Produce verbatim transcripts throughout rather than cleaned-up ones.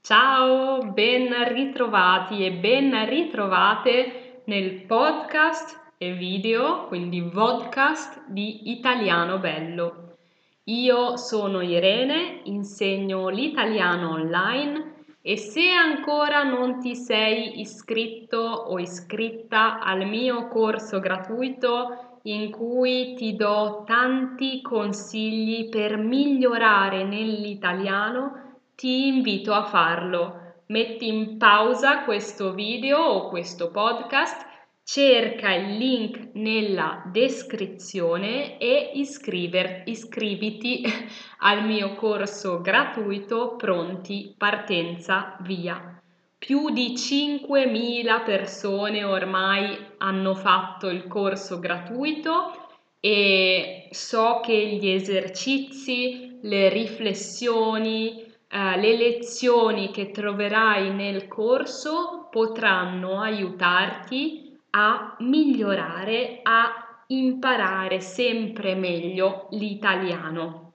Ciao, ben ritrovati e ben ritrovate nel podcast e video, quindi vodcast di Italiano Bello. Io sono Irene, insegno l'italiano online e se ancora non ti sei iscritto o iscritta al mio corso gratuito in cui ti do tanti consigli per migliorare nell'italiano, ti invito a farlo. Metti in pausa questo video o questo podcast, cerca il link nella descrizione e iscriver, iscriviti al mio corso gratuito Pronti, Partenza, Via. Più di cinquemila persone ormai hanno fatto il corso gratuito e so che gli esercizi, le riflessioni, Uh, le lezioni che troverai nel corso potranno aiutarti a migliorare, a imparare sempre meglio l'italiano.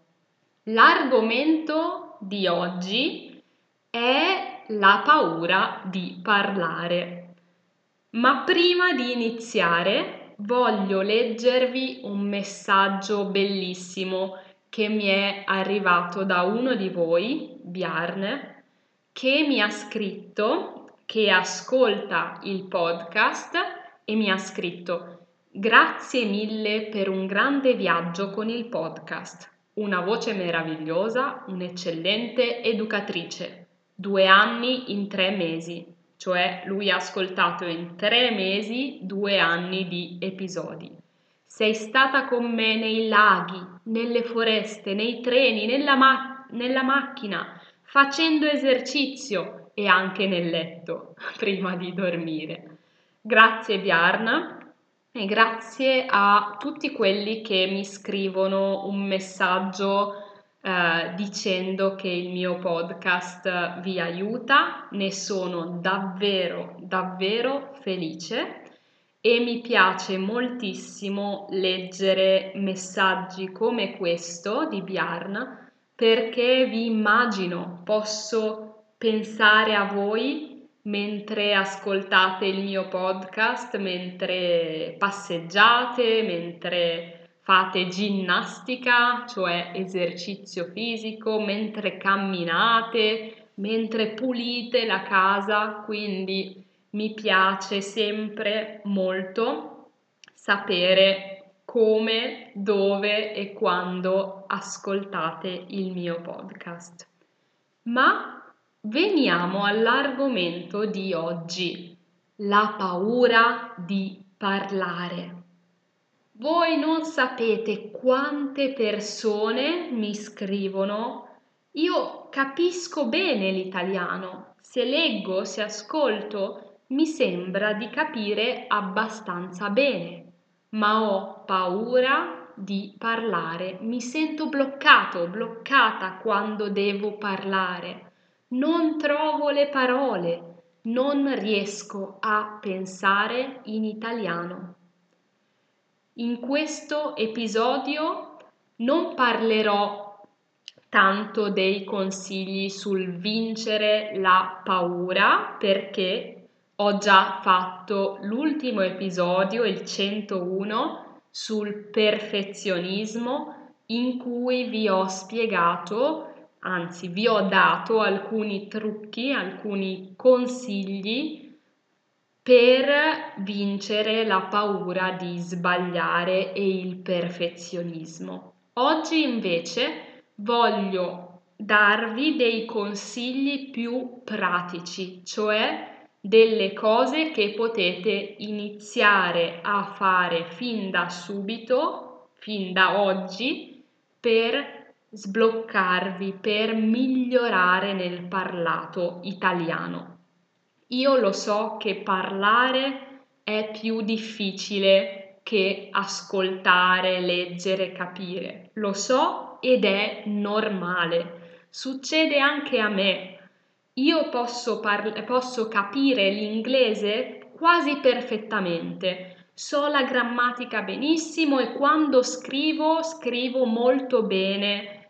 L'argomento di oggi è la paura di parlare. Ma prima di iniziare voglio leggervi un messaggio bellissimo che mi è arrivato da uno di voi, Bjarne, che mi ha scritto, che ascolta il podcast e mi ha scritto: grazie mille per un grande viaggio con il podcast, una voce meravigliosa, un'eccellente educatrice, due anni in tre mesi, cioè lui ha ascoltato in tre mesi due anni di episodi. Sei stata con me nei laghi, nelle foreste, nei treni, nella, ma- nella macchina, facendo esercizio e anche nel letto prima di dormire. Grazie Bjarne e grazie a tutti quelli che mi scrivono un messaggio eh, dicendo che il mio podcast vi aiuta. Ne sono davvero, davvero felice. E mi piace moltissimo leggere messaggi come questo di Bjarne perché vi immagino, posso pensare a voi mentre ascoltate il mio podcast, mentre passeggiate, mentre fate ginnastica, cioè esercizio fisico, mentre camminate, mentre pulite la casa, quindi mi piace sempre molto sapere come, dove e quando ascoltate il mio podcast. Ma veniamo all'argomento di oggi, la paura di parlare. Voi non sapete quante persone mi scrivono: io capisco bene l'italiano, se leggo, se ascolto, mi sembra di capire abbastanza bene, ma ho paura di parlare, mi sento bloccato, bloccata quando devo parlare, non trovo le parole, non riesco a pensare in italiano. In questo episodio non parlerò tanto dei consigli sul vincere la paura perché ho già fatto l'ultimo episodio, il centouno, sul perfezionismo in cui vi ho spiegato, anzi vi ho dato alcuni trucchi, alcuni consigli per vincere la paura di sbagliare e il perfezionismo. Oggi invece voglio darvi dei consigli più pratici, cioè delle cose che potete iniziare a fare fin da subito, fin da oggi, per sbloccarvi, per migliorare nel parlato italiano. Io lo so che parlare è più difficile che ascoltare, leggere, capire. Lo so ed è normale. Succede anche a me. Io posso, parla- posso capire l'inglese quasi perfettamente. So la grammatica benissimo e quando scrivo, scrivo molto bene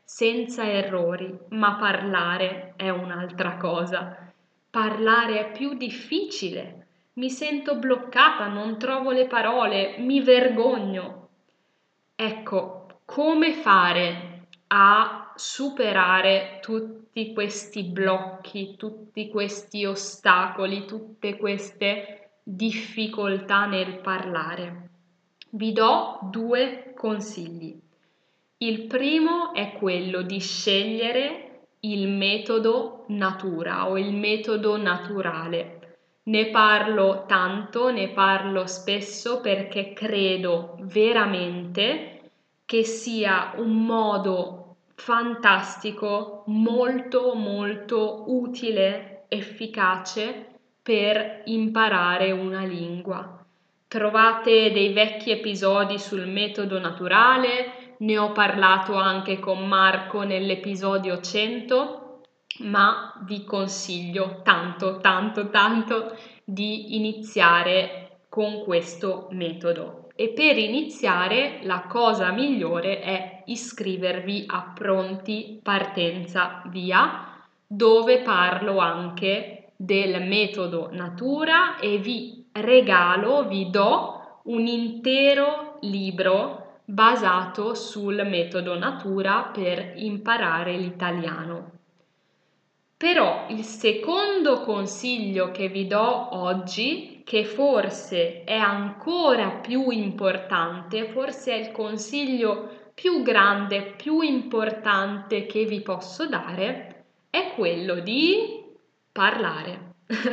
senza errori, ma parlare è un'altra cosa. Parlare è più difficile, mi sento bloccata, non trovo le parole, mi vergogno. Ecco, come fare a superare tutti questi blocchi, tutti questi ostacoli, tutte queste difficoltà nel parlare? Vi do due consigli. Il primo è quello di scegliere il metodo natura o il metodo naturale. Ne parlo tanto, ne parlo spesso perché credo veramente che sia un modo fantastico, molto molto utile, efficace per imparare una lingua. Trovate dei vecchi episodi sul metodo naturale, ne ho parlato anche con Marco nell'episodio cento, ma vi consiglio tanto, tanto, tanto di iniziare con questo metodo. E per iniziare la cosa migliore è iscrivervi a Pronti Partenza Via, dove parlo anche del metodo natura e vi regalo, vi do un intero libro basato sul metodo natura per imparare l'italiano. Però il secondo consiglio che vi do oggi, che forse è ancora più importante, forse è il consiglio più grande, più importante che vi posso dare, è quello di parlare.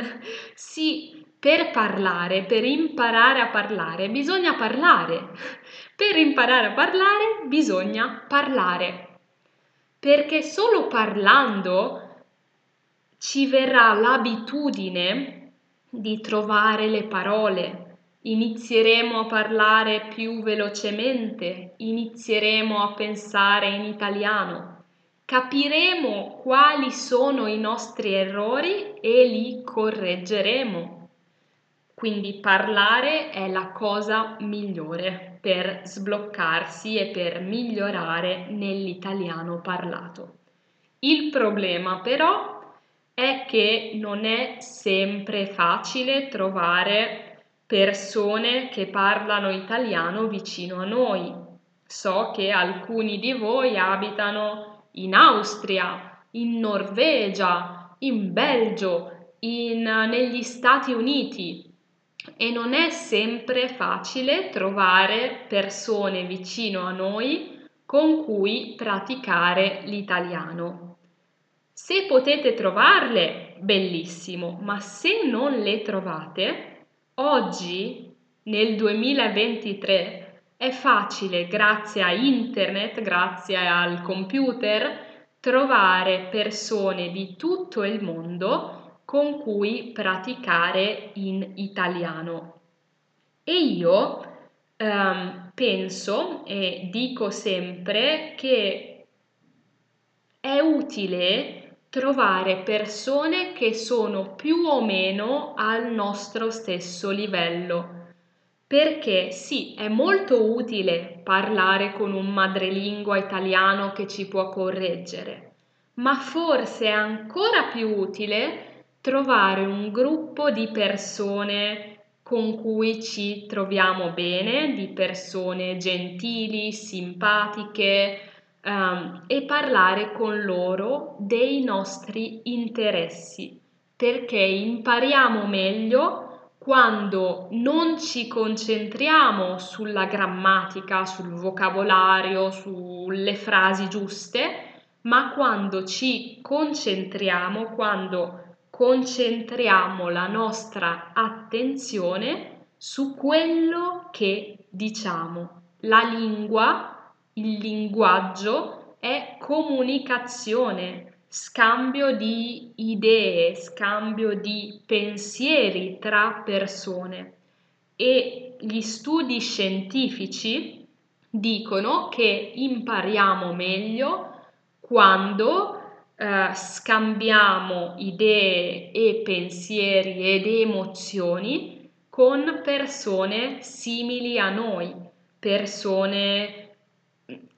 Sì, per parlare, per imparare a parlare, bisogna parlare. Per imparare a parlare, bisogna parlare. Perché solo parlando ci verrà l'abitudine di trovare le parole, inizieremo a parlare più velocemente, inizieremo a pensare in italiano, capiremo quali sono i nostri errori e li correggeremo. Quindi parlare è la cosa migliore per sbloccarsi e per migliorare nell'italiano parlato. Il problema però è che non è sempre facile trovare persone che parlano italiano vicino a noi. So che alcuni di voi abitano in Austria, in Norvegia, in Belgio, in, negli Stati Uniti e non è sempre facile trovare persone vicino a noi con cui praticare l'italiano. Se potete trovarle, bellissimo, ma se non le trovate, oggi, nel duemilaventitré, è facile, grazie a internet, grazie al computer, trovare persone di tutto il mondo con cui praticare in italiano. E io ehm, penso e dico sempre che è utile trovare persone che sono più o meno al nostro stesso livello. Perché sì, è molto utile parlare con un madrelingua italiano che ci può correggere, ma forse è ancora più utile trovare un gruppo di persone con cui ci troviamo bene, di persone gentili, simpatiche, um, e parlare con loro dei nostri interessi, perché impariamo meglio quando non ci concentriamo sulla grammatica, sul vocabolario, sulle frasi giuste, ma quando ci concentriamo, quando concentriamo la nostra attenzione su quello che diciamo. La lingua, il linguaggio è comunicazione, scambio di idee, scambio di pensieri tra persone e gli studi scientifici dicono che impariamo meglio quando eh, scambiamo idee e pensieri ed emozioni con persone simili a noi, persone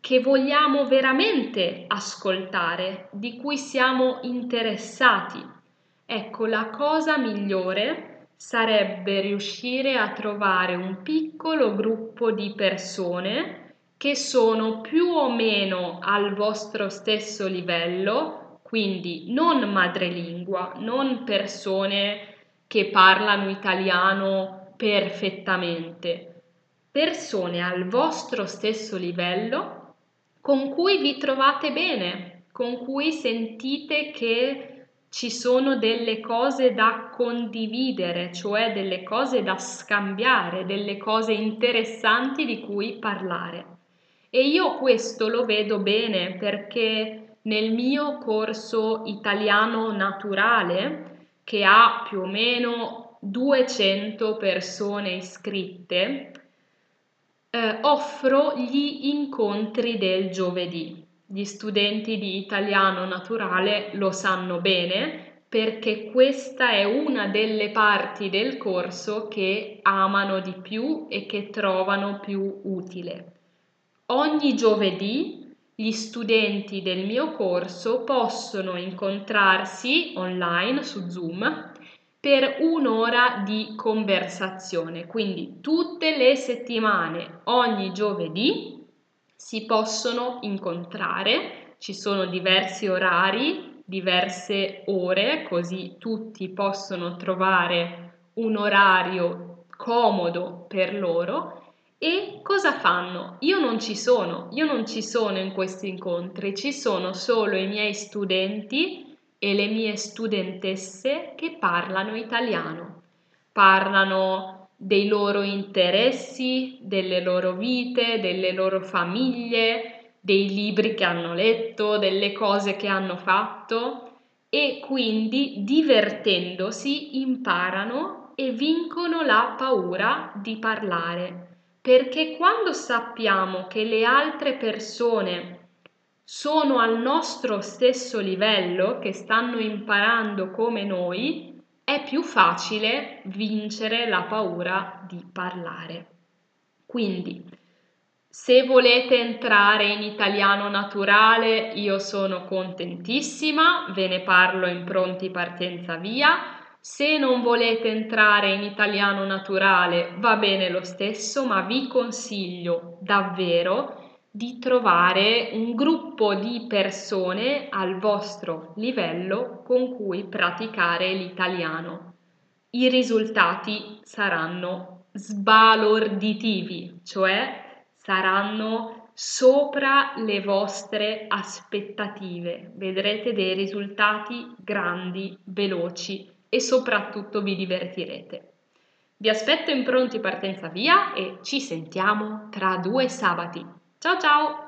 che vogliamo veramente ascoltare, di cui siamo interessati. Ecco, la cosa migliore sarebbe riuscire a trovare un piccolo gruppo di persone che sono più o meno al vostro stesso livello, quindi non madrelingua, non persone che parlano italiano perfettamente, persone al vostro stesso livello con cui vi trovate bene, con cui sentite che ci sono delle cose da condividere, cioè delle cose da scambiare, delle cose interessanti di cui parlare. E io questo lo vedo bene perché nel mio corso italiano naturale, che ha più o meno duecento persone iscritte, eh, offro gli incontri del giovedì. Gli studenti di italiano naturale lo sanno bene perché questa è una delle parti del corso che amano di più e che trovano più utile. Ogni giovedì gli studenti del mio corso possono incontrarsi online su Zoom per un'ora di conversazione, quindi tutte le settimane, ogni giovedì, si possono incontrare, ci sono diversi orari, diverse ore, così tutti possono trovare un orario comodo per loro. E cosa fanno? Io non ci sono, io non ci sono in questi incontri, ci sono solo i miei studenti e le mie studentesse che parlano italiano, parlano dei loro interessi, delle loro vite, delle loro famiglie, dei libri che hanno letto, delle cose che hanno fatto e quindi divertendosi imparano e vincono la paura di parlare. Perché quando sappiamo che le altre persone sono al nostro stesso livello, che stanno imparando come noi, è più facile vincere la paura di parlare. Quindi, se volete entrare in italiano naturale, io sono contentissima, ve ne parlo in Pronti Partenza Via. Se non volete entrare in italiano naturale va bene lo stesso, ma vi consiglio davvero di trovare un gruppo di persone al vostro livello con cui praticare l'italiano. I risultati saranno sbalorditivi, cioè saranno sopra le vostre aspettative. Vedrete dei risultati grandi, veloci e soprattutto vi divertirete. Vi aspetto in Pronti Partenza Via e ci sentiamo tra due sabati. Ciao ciao!